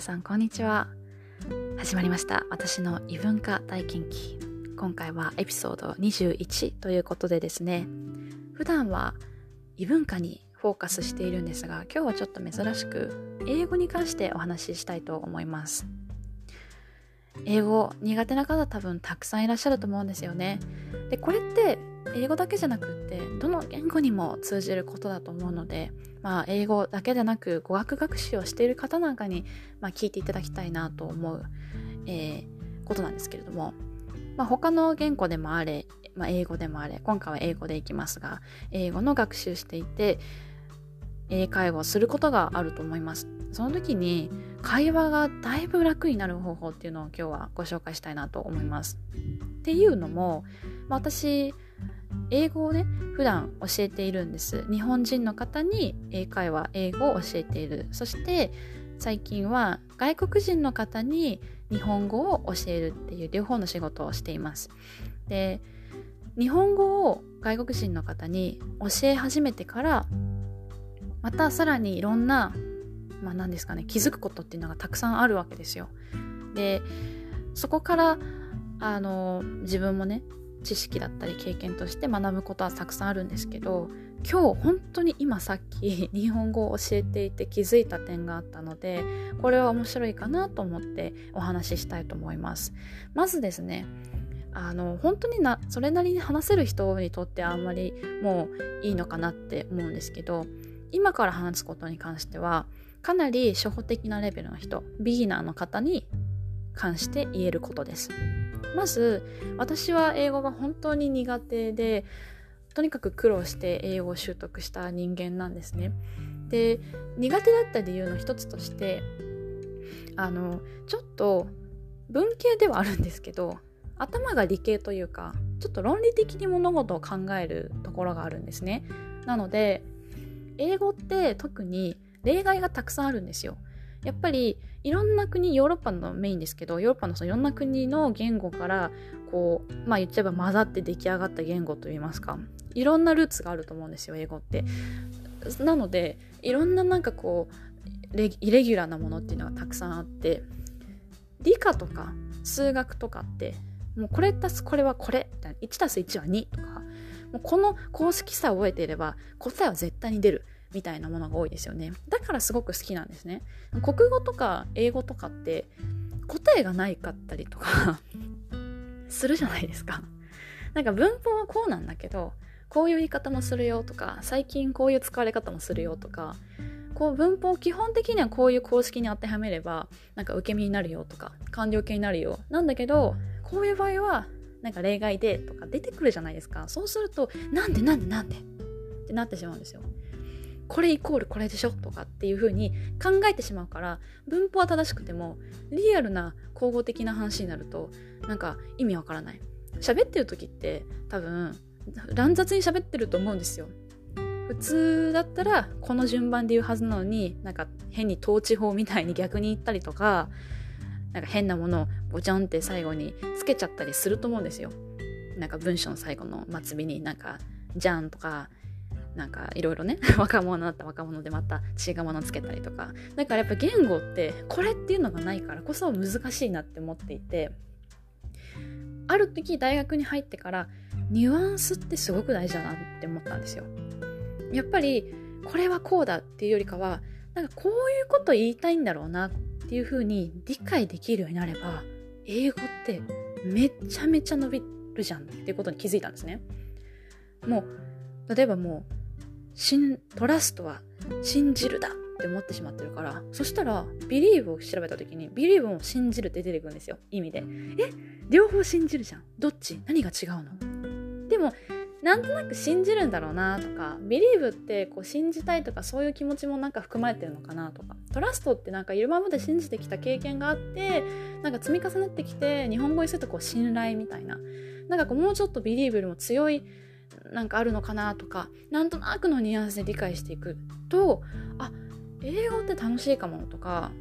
皆さんこんにちは。始まりました私の異文化体験記。今回はエピソード21ということでですね、普段は異文化にフォーカスしているんですが、今日はちょっと珍しく英語に関してお話ししたいと思います。英語苦手な方多分たくさんいらっしゃると思うんですよね。で、これって英語だけじゃなくってどの言語にも通じることだと思うので、英語だけでなく語学学習をしている方なんかに、聞いていただきたいなと思う、ことなんですけれども、他の言語でもあれ、英語でもあれ、今回は英語でいきますが、英語の学習していて英会話をすることがあると思います。その時に会話がだいぶ楽になる方法っていうのを今日はご紹介したいなと思います。っていうのも、私英語をね普段教えているんです。日本人の方に英会話英語を教えている。そして最近は外国人の方に日本語を教えるっていう両方の仕事をしています。で、日本語を外国人の方に教え始めてからまたさらにいろんな何ですかね、気づくことっていうのがたくさんあるわけですよ。で、そこから自分もね知識だったり経験として学ぶことはたくさんあるんですけど、今日本当に今さっき日本語を教えていて気づいた点があったので、これは面白いかなと思ってお話ししたいと思います。まずですね、本当にそれなりに話せる人にとってあんまりもういいのかなって思うんですけど、今から話すことに関してはかなり初歩的なレベルの人、ビギナーの方に関して言えることです。まず私は英語が本当に苦手で、とにかく苦労して英語を習得した人間なんですね。で、苦手だった理由の一つとしてちょっと文系ではあるんですけど、頭が理系というかちょっと論理的に物事を考えるところがあるんですね。なので英語って特に例外がたくさんあるんですよ。やっぱりいろんな国、ヨーロッパのメインですけど、ヨーロッパのそのいろんな国の言語からこう、言っちゃえば混ざって出来上がった言語といいますか、いろんなルーツがあると思うんですよ、英語って。なのでいろんなイレギュラーなものっていうのがたくさんあって、理科とか数学とかってもうこれ足すこれはこれみたいな、1足す1は2とか、もうこの公式さえ覚えていれば答えは絶対に出るみたいなものが多いですよね。だからすごく好きなんですね。国語とか英語とかって答えがないかったりとかするじゃないですか。文法はこうなんだけどこういう言い方もするよとか、最近こういう使われ方もするよとか、文法基本的にはこういう公式に当てはめれば受け身になるよとか完了形になるよなんだけど、こういう場合は例外でとか出てくるじゃないですか。そうするとなんでってなってしまうんですよ。これイコールこれでしょとかっていう風に考えてしまうから、文法は正しくてもリアルな口語的な話になると意味わからない。喋ってる時って多分乱雑に喋ってると思うんですよ。普通だったらこの順番で言うはずなのに変に統治法みたいに逆に言ったりとか、変なものをボチョンって最後につけちゃったりすると思うんですよ。文章の最後の末尾にじゃんとかいろいろね若者だったら若者でまた違うものつけたりとか。だからやっぱ言語ってこれっていうのがないからこそ難しいなって思っていて、ある時大学に入ってからニュアンスってすごく大事だなって思ったんですよ。やっぱりこれはこうだっていうよりかはこういうこと言いたいんだろうなっていう風に理解できるようになれば、英語ってめちゃめちゃ伸びるじゃんっていうことに気づいたんですね。もう例えばトラストは信じるだって思ってしまってるから、そしたらビリーブを調べた時にビリーブも信じるって出てくるんですよ、意味で。両方信じるじゃん、どっち何が違うの。でもなんとなく信じるんだろうなとか、ビリーブって信じたいとかそういう気持ちも含まれてるのかなとか、トラストって今まで信じてきた経験があって積み重なってきて日本語にすると信頼みたいな、もうちょっとビリーブよりも強いあるのかなとか、なんとなくのニュアンスで理解していくと、英語って楽しいかもとか、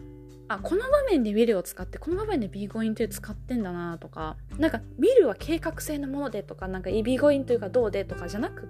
この場面で will を使ってこの場面で be going to 使ってんだなとか、なんか will は計画性のものでとか、なんか be going to がどうでとかじゃなくって、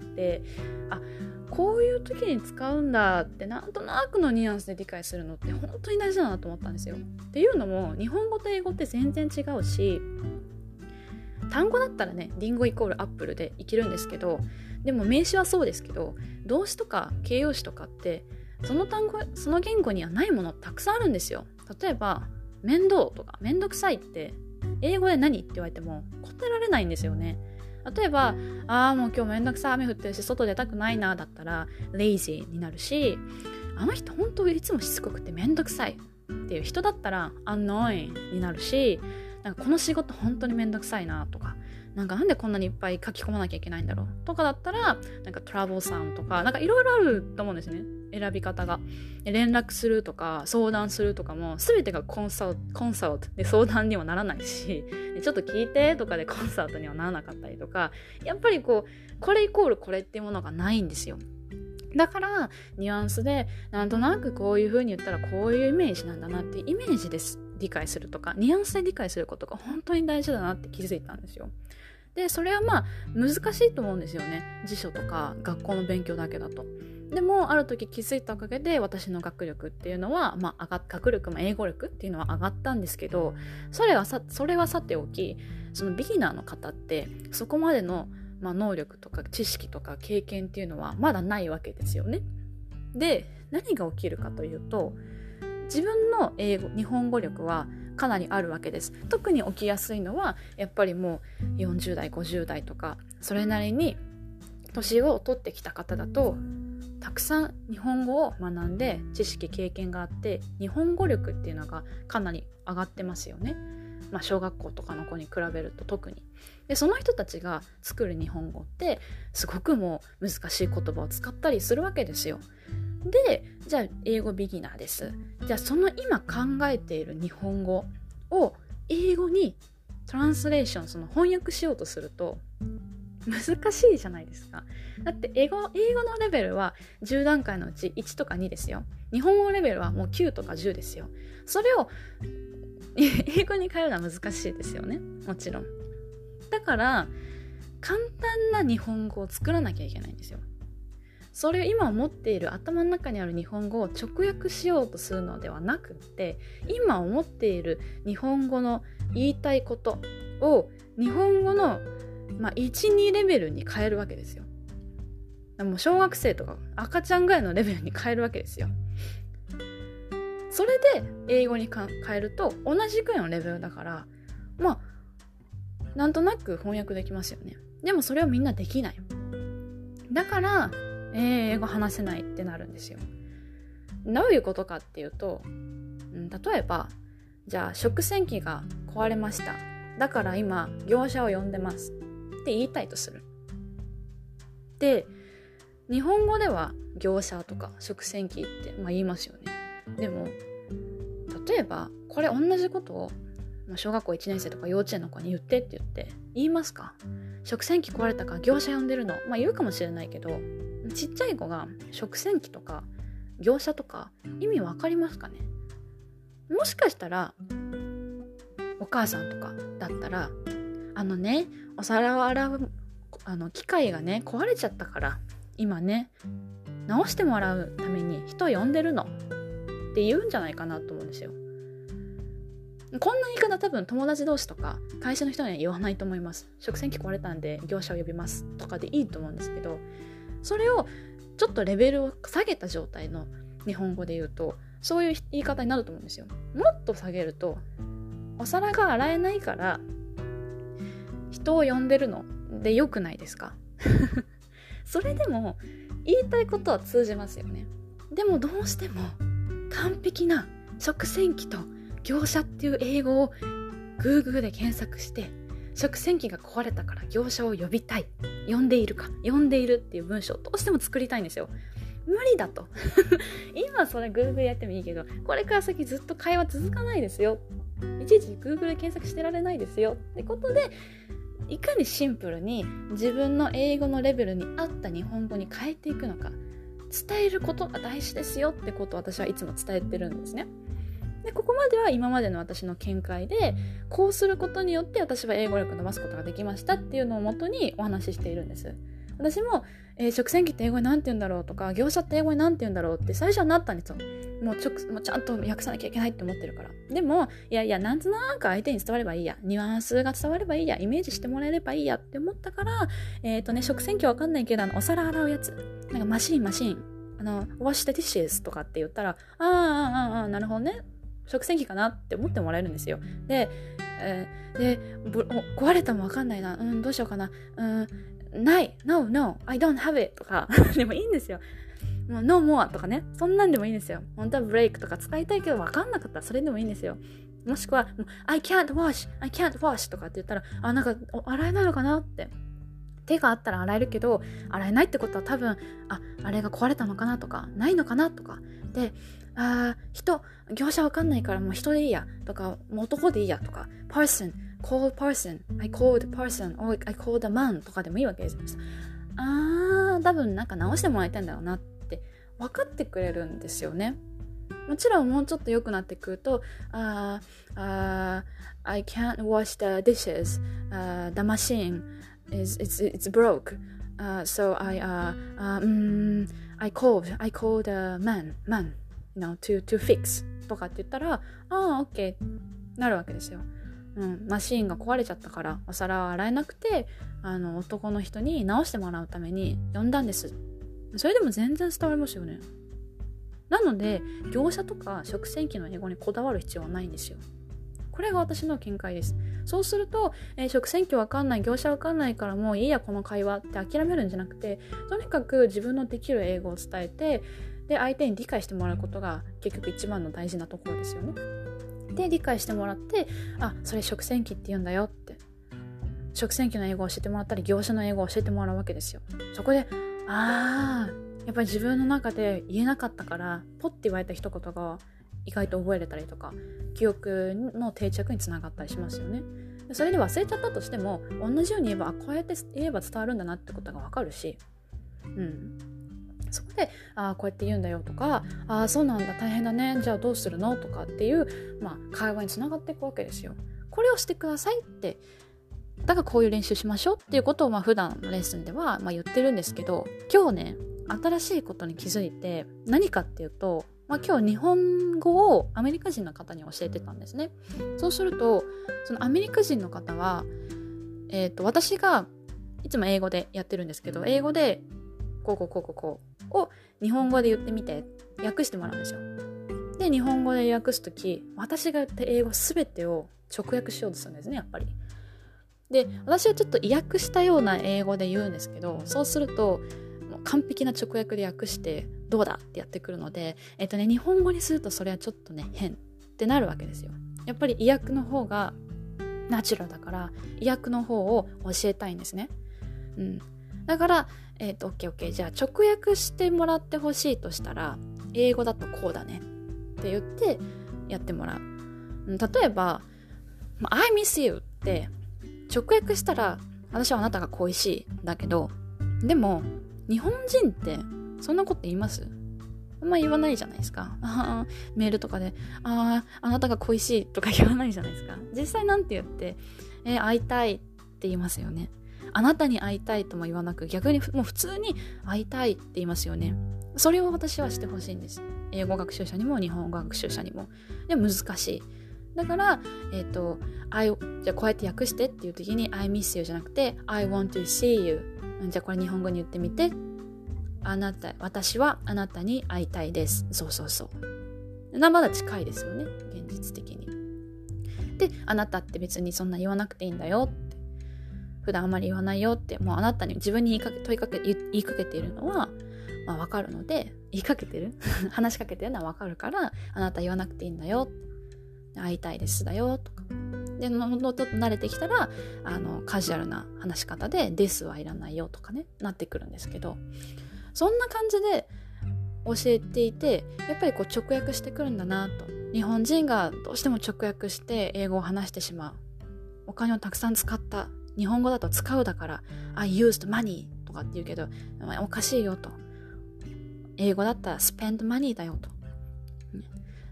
こういう時に使うんだってなんとなくのニュアンスで理解するのって本当に大事だなと思ったんですよ。っていうのも日本語と英語って全然違うし、単語だったらねリンゴイコールアップルでいけるんですけど、でも名詞はそうですけど、動詞とか形容詞とかってその単語、その言語にはないものたくさんあるんですよ。例えば面倒とか面倒くさいって英語で何って言われても答えられないんですよね。例えばもう今日めんどくさい、雨降ってるし外出たくないなだったら lazy になるし、あの人本当いつもしつこくてめんどくさいっていう人だったら annoying になるし、なんかこの仕事本当にめんどくさいなとか、なんでこんなにいっぱい書き込まなきゃいけないんだろうとかだったら、なんかトラブルさんとか、なんかいろいろあると思うんですね、選び方が。連絡するとか相談するとかも全てがコンサルトで相談にはならないし、ちょっと聞いてとかでコンサルトにはならなかったりとか、やっぱりこれイコールこれっていうものがないんですよ。だからニュアンスでなんとなくこういう風に言ったらこういうイメージなんだなっていうイメージです理解するとか、ニュアンスで理解することが本当に大事だなって気づいたんですよ。でそれは難しいと思うんですよね、辞書とか学校の勉強だけだと。でもある時気づいたおかげで私の学力っていうのは、学力も英語力っていうのは上がったんですけど、それはさておき、そのビギナーの方ってそこまでの、能力とか知識とか経験っていうのはまだないわけですよね。で何が起きるかというと、自分の日本語力はかなりあるわけです。特に起きやすいのはやっぱりもう40代50代とかそれなりに年を取ってきた方だと、たくさん日本語を学んで知識経験があって日本語力っていうのがかなり上がってますよね。小学校とかの子に比べると特に。でその人たちが作る日本語ってすごくもう難しい言葉を使ったりするわけですよ。でじゃあ英語ビギナーです。じゃあその今考えている日本語を英語にトランスレーション、その翻訳しようとすると難しいじゃないですか。だって英語のレベルは10段階のうち1とか2ですよ。日本語レベルはもう9とか10ですよ。それを英語に変えるのは難しいですよね、もちろん。だから簡単な日本語を作らなきゃいけないんですよ。それを今持っている頭の中にある日本語を直訳しようとするのではなくって、今思っている日本語の言いたいことを日本語の1、2レベルに変えるわけですよ。もう小学生とか赤ちゃんぐらいのレベルに変えるわけですよ。それで英語に変えると同じくらいのレベルだから、なんとなく翻訳できますよね。でもそれをみんなできない。だから英語話せないってなるんですよ。どういうことかっていうと、例えばじゃあ食洗機が壊れました、だから今業者を呼んでますって言いたいとする。で日本語では業者とか食洗機って言いますよね。でも例えばこれ同じことを小学校1年生とか幼稚園の子に言ってって言いますか？食洗機壊れたから業者呼んでるの、言うかもしれないけど、ちっちゃい子が食洗機とか業者とか意味わかりますかね？もしかしたらお母さんとかだったらお皿を洗う機械がね壊れちゃったから今ね直してもらうために人を呼んでるのって言うんじゃないかなと思うんですよ。こんな言い方多分友達同士とか会社の人には言わないと思います。食洗機壊れたんで業者を呼びますとかでいいと思うんですけど、それをちょっとレベルを下げた状態の日本語で言うとそういう言い方になると思うんですよ。もっと下げると、お皿が洗えないから人を呼んでるのでよくないですか？それでも言いたいことは通じますよね。でもどうしても完璧な食洗機と業者っていう英語を Google で検索して、食洗機が壊れたから業者を呼びたい、呼んでいるっていう文章をどうしても作りたいんですよ。無理だと。今それ Google やってもいいけど、これから先ずっと会話続かないですよ。いちいち Google で検索してられないですよってことで、いかにシンプルに自分の英語のレベルに合った日本語に変えていくのか、伝えることが大事ですよってことを私はいつも伝えてるんですね。 でここまでは今までの私の見解で、こうすることによって私は英語力を伸ばすことができましたっていうのをもとにお話ししているんです。私も、食洗機って英語に何て言うんだろうとか、業者って英語に何て言うんだろうって最初はなったんですよ。もうちゃんと訳さなきゃいけないって思ってるから。でもいやなんとなく相手に伝わればいいや、ニュアンスが伝わればいいや、イメージしてもらえればいいやって思ったから、食洗機わかんないけどお皿洗うやつ、なんかマシンwash the dishes とかって言ったら、なるほどね、食洗機かなって思ってもらえるんですよ。で、壊れたもわかんないな、どうしようかな、ない、no I don't have it とかでもいいんですよ。もう no more とかね、そんなんでもいいんですよ。本当はブレイクとか使いたいけど分かんなかったらそれでもいいんですよ。もしくはI can't wash とかって言ったら、なんか洗えないのかなって、手があったら洗えるけど洗えないってことは多分あれが壊れたのかなとか、ないのかなとかで、業者分かんないからもう人でいいやとか、もう男でいいやとか、call person I called person or I called a man とかでもいいわけです。多分なんか直してもらいたいんだろうなって分かってくれるんですよね。もちろんもうちょっと良くなってくるとI can't wash the dishes、the machine it's broke、so I called a man to fix とかって言ったらOK なるわけですよ。マシーンが壊れちゃったからお皿は洗えなくて男の人に直してもらうために呼んだんです。それでも全然伝わりますよね。なので業者とか食洗機の英語にこだわる必要はないんですよ。これが私の見解です。そうすると、食洗機わかんない、業者わかんないからもういいやこの会話って諦めるんじゃなくて、とにかく自分のできる英語を伝えて、で相手に理解してもらうことが結局一番の大事なところですよね。で理解してもらって、それ食洗機って言うんだよって、食洗機の英語を教えてもらったり業者の英語を教えてもらうわけですよ。そこでやっぱり自分の中で言えなかったからポッて言われた一言が意外と覚えれたりとか、記憶の定着につながったりしますよね。それで忘れちゃったとしても同じように言えばこうやって言えば伝わるんだなってことが分かるし、そこでこうやって言うんだよとか、そうなんだ大変だねじゃあどうするのとかっていう、会話につながっていくわけですよ。これをしてくださいって、だからこういう練習しましょうっていうことを普段のレッスンでは言ってるんですけど、今日ね新しいことに気づいて、何かっていうと、今日日本語をアメリカ人の方に教えてたんですね。そうするとそのアメリカ人の方は、私がいつも英語でやってるんですけど、英語でこうを日本語で言ってみて訳してもらうんですよ。で日本語で訳すとき、私が言って英語すべてを直訳しようとするんですね、やっぱり。で私はちょっと意訳したような英語で言うんですけど、そうするともう完璧な直訳で訳してどうだってやってくるので、日本語にするとそれはちょっとね変ってなるわけですよ。やっぱり意訳の方がナチュラルだから意訳の方を教えたいんですね。だからOK じゃあ直訳してもらってほしいとしたら英語だとこうだねって言ってやってもらう。例えば I miss you って直訳したら私はあなたが恋しいだけど、でも日本人ってそんなこと言います？あんま言わないじゃないですか。メールとかであなたが恋しいとか言わないじゃないですか。実際なんて言って会いたいって言いますよね。あなたに会いたいとも言わなく、逆にもう普通に会いたいって言いますよね。それを私はしてほしいんです。英語学習者にも日本語学習者にも。でも難しい。だからじゃあこうやって訳してっていう時に I miss you じゃなくて I want to see you。 じゃあこれ日本語に言ってみて。私はあなたに会いたいです。そうまだ近いですよね、現実的に。であなたって別にそんな言わなくていいんだよって、普段あまり言わないよって、もうあなたに自分に言いかけているのは分かるので、言いかけてる話しかけてるのは分かるから、あなた言わなくていいんだよ、会いたいですだよとかで、ちょっと慣れてきたらカジュアルな話し方でですはいらないよとかねなってくるんですけど、そんな感じで教えていて、やっぱりこう直訳してくるんだなと。日本人がどうしても直訳して英語を話してしまう。お金をたくさん使った。日本語だと使うだから I used money とかって言うけど、おかしいよと。英語だったら spend money だよと。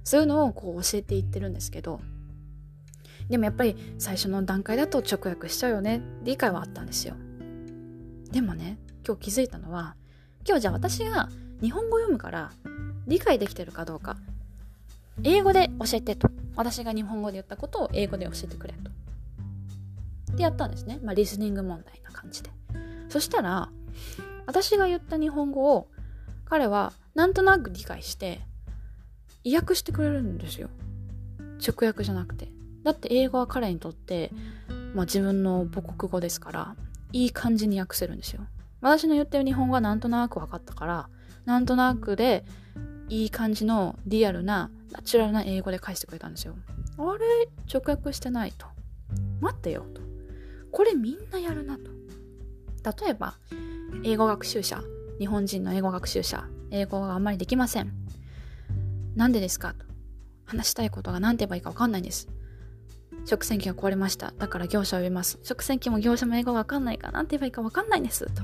そういうのをこう教えていってるんですけど、でもやっぱり最初の段階だと直訳しちゃうよね、理解はあったんですよ。でもね、今日気づいたのは、今日じゃあ私が日本語読むから理解できてるかどうか、英語で教えてと。私が日本語で言ったことを英語で教えてくれと。ってやったんですね。リスニング問題な感じで。そしたら、私が言った日本語を彼はなんとなく理解して意訳してくれるんですよ。直訳じゃなくて。だって英語は彼にとって、自分の母国語ですから、いい感じに訳せるんですよ。私の言ってる日本語はなんとなく分かったから、なんとなくでいい感じのリアルなナチュラルな英語で返してくれたんですよ。あれ、直訳してないと。待ってよと。これみんなやるなと。例えば、英語学習者、日本人の英語学習者、英語があんまりできません。なんでですかと。話したいことが何て言えばいいか分かんないんです。食洗機が壊れました。だから業者を呼びます。食洗機も業者も英語が分かんないから何て言えばいいか分かんないんですと。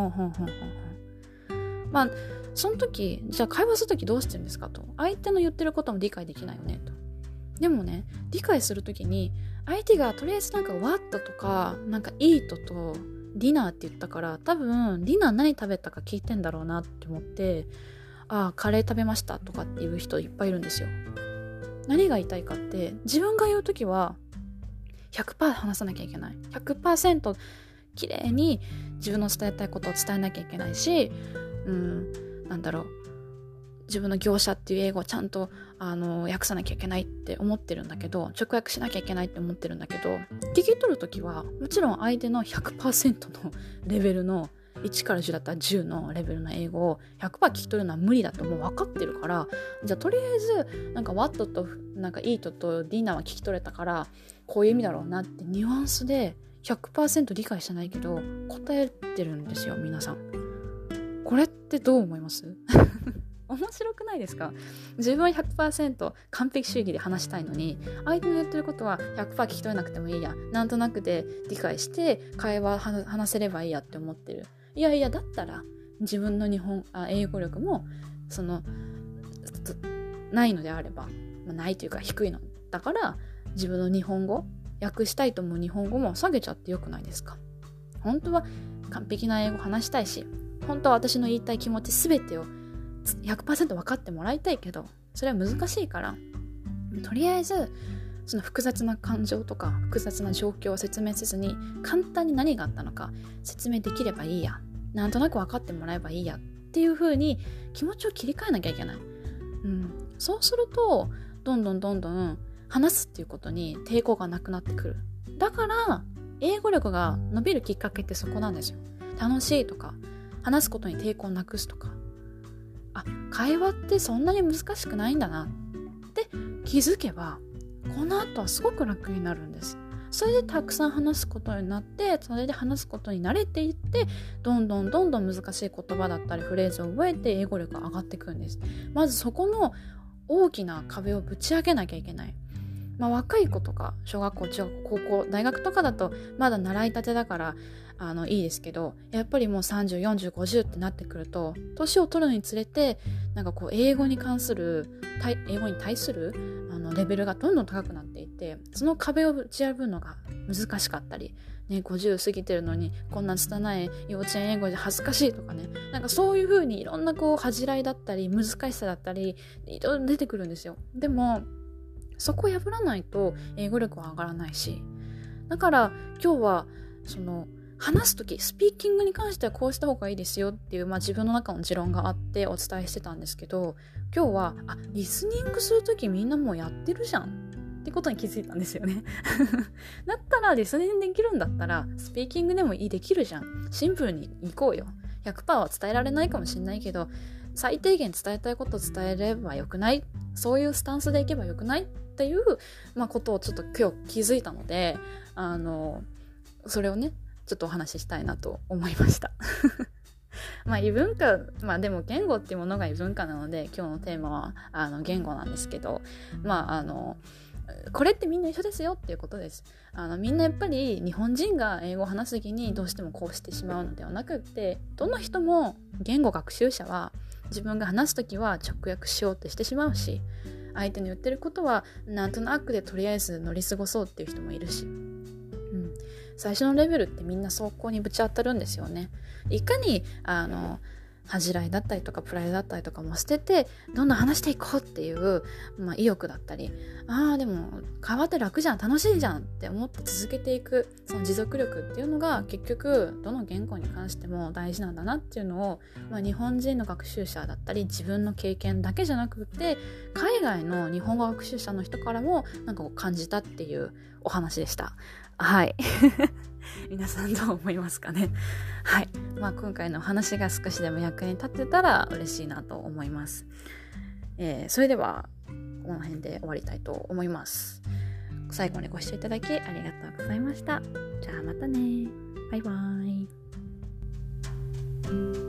その時、じゃあ会話する時どうしてるんですかと。相手の言ってることも理解できないよねと。でもね、理解する時に相手がとりあえずwhat とかeat とディナーって言ったから、多分ディナー何食べたか聞いてんだろうなって思って、カレー食べましたとかっていう人いっぱいいるんですよ。何が言いたいかって、自分が言う時は 100% 話さなきゃいけない。100% 綺麗に自分の伝えたいことを伝えなきゃいけないし、自分の業者っていう英語をちゃんと訳さなきゃいけないって思ってるんだけど、直訳しなきゃいけないって思ってるんだけど、聞き取るときはもちろん相手の 100% のレベルの1から10だったら10のレベルの英語を 100% 聞き取るのは無理だともう分かってるから、じゃあとりあえずwhat とeat と dinner は聞き取れたからこういう意味だろうなってニュアンスで 100% 理解してないけど答えてるんですよ、皆さん。これってどう思います面白くないですか？自分は 100% 完璧主義で話したいのに、相手の言ってることは 100% 聞き取れなくてもいいや、なんとなくで理解して会話話せればいいやって思ってる。いやいや、だったら自分の英語力もないのであれば、ないというか低いのだから、自分の日本語訳したいと思う日本語も下げちゃってよくないですか？本当は完璧な英語話したいし、本当は私の言いたい気持ち全てを 100% 分かってもらいたいけど、それは難しいから、とりあえずその複雑な感情とか複雑な状況を説明せずに、簡単に何があったのか説明できればいいや、なんとなく分かってもらえばいいやっていう風に気持ちを切り替えなきゃいけない。そうするとどんどん話すっていうことに抵抗がなくなってくる。だから英語力が伸びるきっかけってそこなんですよ。楽しいとか、話すことに抵抗をなくすとか、会話ってそんなに難しくないんだなって気づけば、この後はすごく楽になるんです。それでたくさん話すことになって、それで話すことに慣れていって、どんどん難しい言葉だったりフレーズを覚えて英語力が上がってくるんです。まずそこの大きな壁をぶち上げなきゃいけない。若い子とか小学校、中学校、高校、大学とかだとまだ習いたてだからいいですけど、やっぱりもう30、40、50ってなってくると、年を取るにつれて英語に対するレベルがどんどん高くなっていって、その壁を打ち破るのが難しかったり、50過ぎてるのにこんな拙い幼稚園英語で恥ずかしいとかね、そういう風にいろんな恥じらいだったり難しさだったりいろいろ出てくるんですよ。でもそこを破らないと英語力は上がらないし、だから今日は話すとき、スピーキングに関してはこうした方がいいですよっていう、自分の中の持論があってお伝えしてたんですけど、今日はリスニングするときみんなもうやってるじゃんってことに気づいたんですよねだったらリスニングできるんだったらスピーキングでもできるじゃん。シンプルにいこうよ。 100% は伝えられないかもしれないけど、最低限伝えたいことを伝えればよくない、そういうスタンスでいけばよくないっていう、ことをちょっと今日気づいたので、それをねちょっとお話ししたいなと思いました異文化、でも言語っていうものが異文化なので、今日のテーマは言語なんですけど、これってみんな一緒ですよっていうことです。みんなやっぱり日本人が英語を話すときにどうしてもこうしてしまうのではなくって、どの人も言語学習者は自分が話すときは直訳しようってしてしまうし、 相手の言ってることはなんとなくでとりあえず乗り過ごそうっていう人もいるし、最初のレベルってみんな走行にぶち当たるんですよね。いかに恥じらいだったりとかプライドだったりとかも捨ててどんどん話していこうっていう、意欲だったり、でも変わって楽じゃん、楽しいじゃんって思って続けていくその持続力っていうのが結局どの言語に関しても大事なんだなっていうのを、日本人の学習者だったり自分の経験だけじゃなくて海外の日本語学習者の人からも感じたっていうお話でした。はい皆さんどう思いますかね。はい、今回のお話が少しでも役に立ってたら嬉しいなと思います。それではこの辺で終わりたいと思います。最後までご視聴いただきありがとうございました。じゃあまたね。バイバイ。